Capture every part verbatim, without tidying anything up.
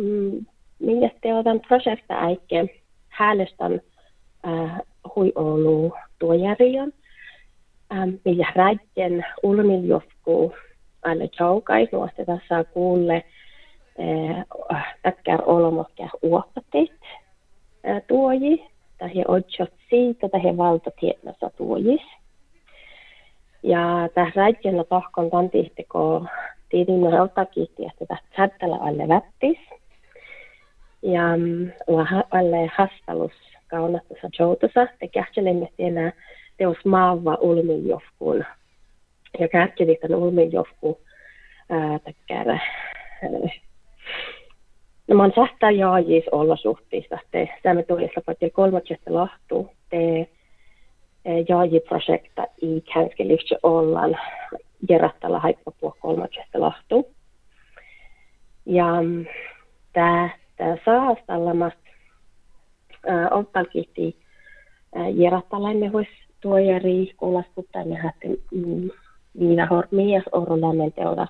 minä teotan projekta aiken häälestän hui olu tuojärjön, millä räitten ulmiljofku alle joukais, nuosta tässä kuulle takkar olomokkää uoppatit tuoji, tai otsot siitä, tai valtatiednossa tuojis. Ja tässä räitten tohkon tantihtiko tiedin rautakiitti, että tässä sättällä alle vättis. Ja alle hastalus kaunattusa joutusa, te kähtselemme siinä teos maava ulmiljofkuun. Ja kähtselit tämän ulmiljofkuun takkara. No mä oon sähtää jaajis olla suhteessa. Te saamme tuossa paitsi kolmatsesta lahtuu. Te jaajiprojekta i känskelistä ollaan järjeställä haippapua kolmatsesta lahtuu. Ja tää Tämä saastallamat ottalkiitti järjestälämme vois tuojari kuulastuttaa me hätte viina hormias orolämmen teoda.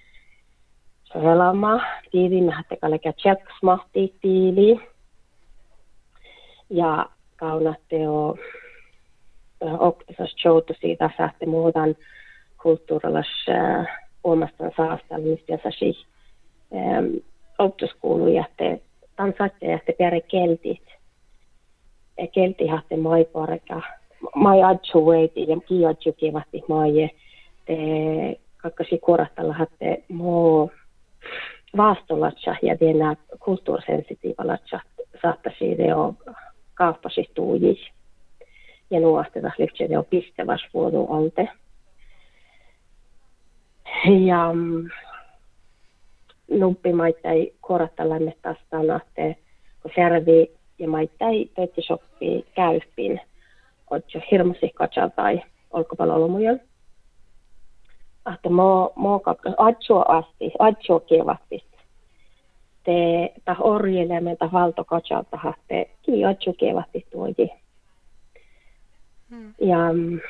Relama tiivi me hätte kallekä tjeksmahti tiili ja kaunateo oktasas joutu siitä saatte muutan kulttuurilas omastaan saastalmista ja sasi optuskuuluja, että tansatteja, että pärä keltit. Ja kelti hahti mai parka. Mai adjuveiti ja kiadjukivasti mai. Te kakkasi kuorattalla hatte muu vaastolatsa ja vielä kulttuursensitiivalatsa saattaisi jo kauppasis tuujis. Ja nuostetas lyhtsä jo pistäväs vuodu alte. Ja nuppi maittai korattallamme tastaan ahte, kun servi ja maittai töitti sopii käypin. Oot jo hirmasi katsal tai olkopalolomujan. Ahte mo mo kakkas atsua asti, atsua kevasti. Te ta orjelemme ta valto katsal tahte ki atsua kevasti tuoji. Hmm. Ja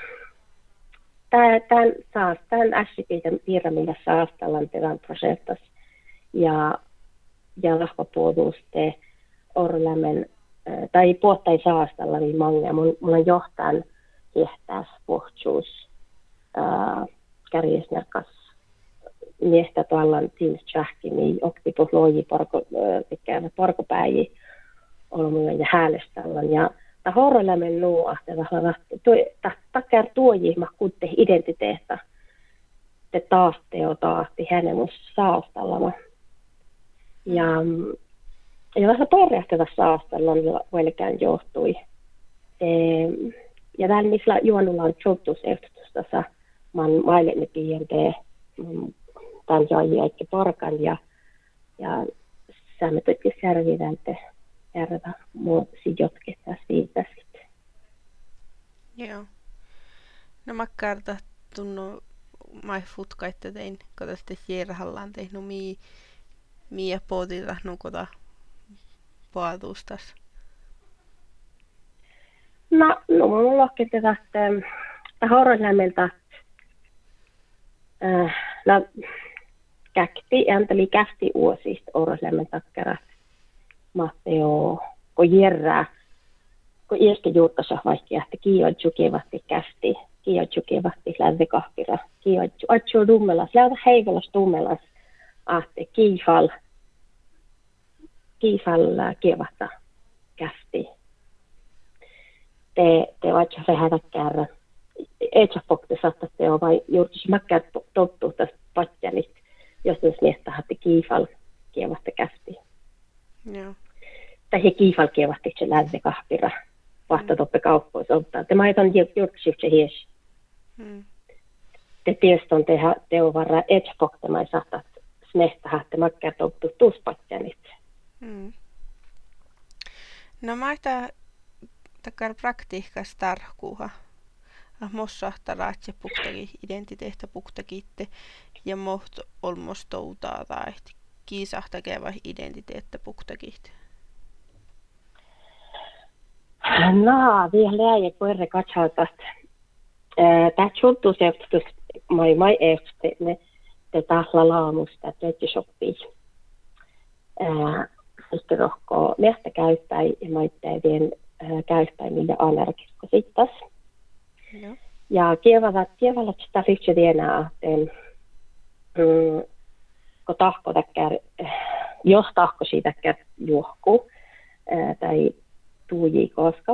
tämän saas tämän äsken piirramilla saastallan teidän prosestas. Ja, ja lahvapuoluuste orlämen, tai puottai saastalla niin mange. Mulla on johtajan kiehtääs pohtsuus kärjesnäkas miestä tuollaan tiltsähki, niin oktipus loji pitkään parkopäiji olmuja ja hääleställan. Ja ta horlämen nuuahte takkär tuoji ma kutte identiteetta. Te taas teo taahti hänen mun saastallama. Ja, ja vähän torjahtaa saastalla voilikään johtui. E, ja täällä missä juonulla on joutusehdotusta, mä oon mailemme pienteen tämän jaajia eikä parkan ja, ja saamme toikin särvitä, että järjellä muu sijotketta siitä sitten. Joo. No mä kertaan tunnu mai futkaitte tein, kun tästä järjellähän tehnyt mii Mie pohdita nukota paatustas. No, no mulla onkin tätä, että horroislämmeltä no, käkti, anteli kästi uusista horroislämmen takkara. Matteo, kun järjää, kun iästä juurtassa vaikka, että kiiotju kevasti kästi, kiiotju kevasti lähdekahpira, kiiotju, atju dummelas, lähdä heivelas dummelas. Ahte kiifal, kiifal kevasta kästi. Te, te vaikka se hätäkkärä. Et sä pokte saattaa teo vai juurtis mäkkää tottuu tästä patjanit, jos ne miestä hatti kiifal kevasta kästi. Joo. Tai se kiifal kevasti se lähde kahpira. Vasta toppe kauppois ottaa. Te maitan juurtis se hies. Hmm. Te tieston tehdä teo varra et sä pokte mai saattaa. Smehtä hahte makkää tottu tuuspatjanit. Hmm. No mä että takar praktiikkas tarkkuuha. Mossa taraatse puhtaki identiteettä puhtakitte ja moht olmos toutaa tai kiisahtakeva identiteettä puhtakitte. No, vielä läjä koirre katsautat. Tää tjultuusehdotus mai mai ehdotus te tahla laamusta, että sopii. rohkoa miestä käyttäi ja maitteiden käyttäi millä allergisko sittas. No. Ja kievavat kievavat sitä fitsi dienää, että mm, kun tahko täkkär, jos tahko siitä täkkär juohku tai tuujii koska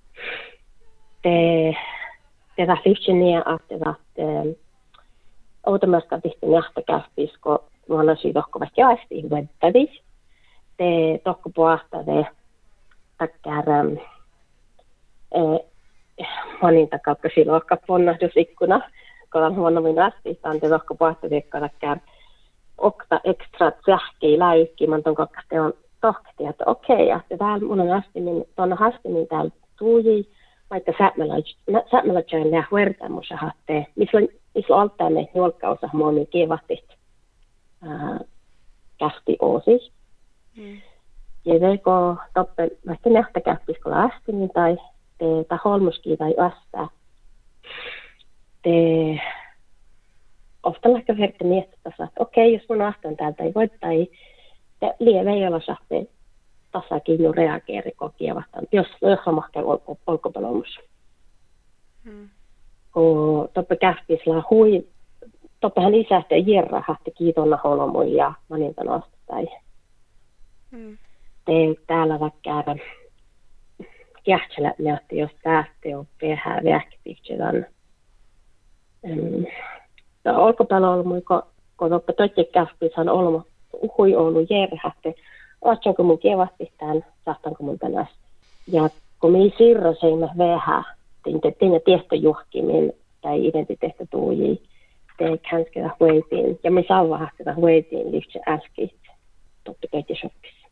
te tätä fitsi niin, että automaska tihti nähtä käspis, kun vuonna siitä tohko vaikka jaesti vettävis. Te tohko puhtaa te täkkär monin takaukka silloin ponnahdusikkuna, kun on huonommin asti, on te tohko puhtaa te täkkär okta ekstra sähkei läykki, man ton kakkaste on tohkti, että okei, että täällä mun on asti, niin tuonne hasti, niin täällä tuujii, vaikka sämmälätsäin lää huertamussa haatte, missä on Missä on alttainen julkausa muomin kievahtit kähti oosis. Mm. Ja teko toppen, vaikka nähtä kähtis kun lähtinin tai te ta holmuski tai ästä. Te ofta lähkä verta miettä, että okei, jos mun astan täältä ei voi, tai te lieve ei olla sahte tasakin jo reageeri kokievahtaan, jos on mahtaa olkopalomus. Mm. Kun toppe kähtisellä hui, toppehan isähtä järra hahti kiitonna holomui ja manintan astai. Mm. Te täällä vaikka kähtsellä nähti, jos tähti on pehää vähkipihtilän. Um, olkopalolmui, kun toppe toitte kähtisän olma hui ollut järra hahti, ootsanko mun kevahtistaan, sahtanko mun tänäs. Ja kun minä sirra seimme vähää, Tinne tehty juhkimin tai identiteetti tuujii, te kanske huitiin. Ja me saa vahtaa huitiin lyhtsä äskit, toppe kaikki shoppis.